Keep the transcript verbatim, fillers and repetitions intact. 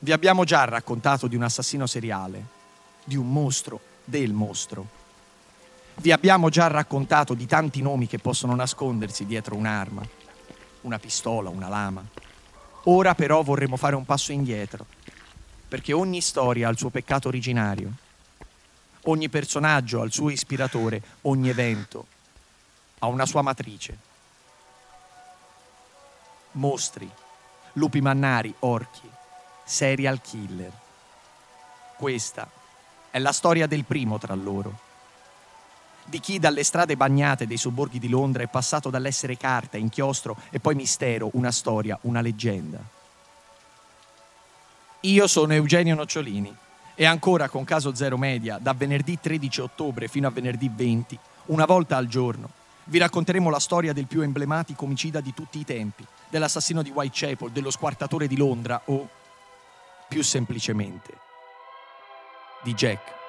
Vi abbiamo già raccontato di un assassino seriale, di un mostro, del mostro. Vi abbiamo già raccontato di tanti nomi che possono nascondersi dietro un'arma, una pistola, una lama. Ora però vorremmo fare un passo indietro, perché ogni storia ha il suo peccato originario, ogni personaggio ha il suo ispiratore, ogni evento ha una sua matrice. Mostri, lupi mannari, orchi, serial killer. Questa è la storia del primo tra loro, di chi dalle strade bagnate dei sobborghi di Londra è passato dall'essere carta, inchiostro e poi mistero, una storia, una leggenda. Io sono Eugenio Nocciolini e ancora con Caso Zero Media, da venerdì tredici ottobre fino a venerdì venti, una volta al giorno, vi racconteremo la storia del più emblematico omicida di tutti i tempi, dell'assassino di Whitechapel, dello squartatore di Londra o, più semplicemente, di Jack